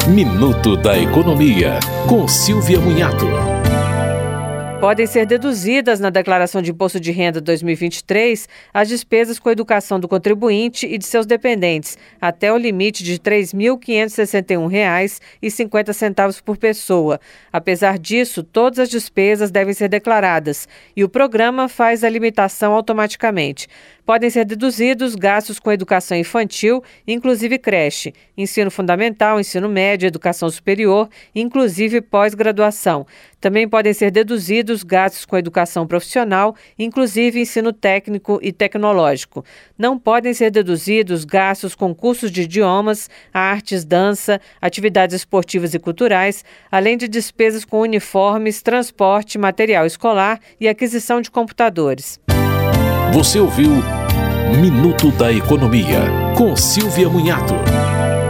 Minuto da Economia, com Silvia Munhato. Podem ser deduzidas na Declaração de Imposto de Renda 2023 as despesas com educação do contribuinte e de seus dependentes, até o limite de R$ 3.561,50 por pessoa. Apesar disso, todas as despesas devem ser declaradas e o programa faz a limitação automaticamente. Podem ser deduzidos gastos com educação infantil, inclusive creche, ensino fundamental, ensino médio, educação superior, inclusive pós-graduação. Também podem ser deduzidos gastos com educação profissional, inclusive ensino técnico e tecnológico. Não podem ser deduzidos gastos com cursos de idiomas, artes, dança, atividades esportivas e culturais, além de despesas com uniformes, transporte, material escolar e aquisição de computadores. Você ouviu Minuto da Economia, com Silvia Munhato.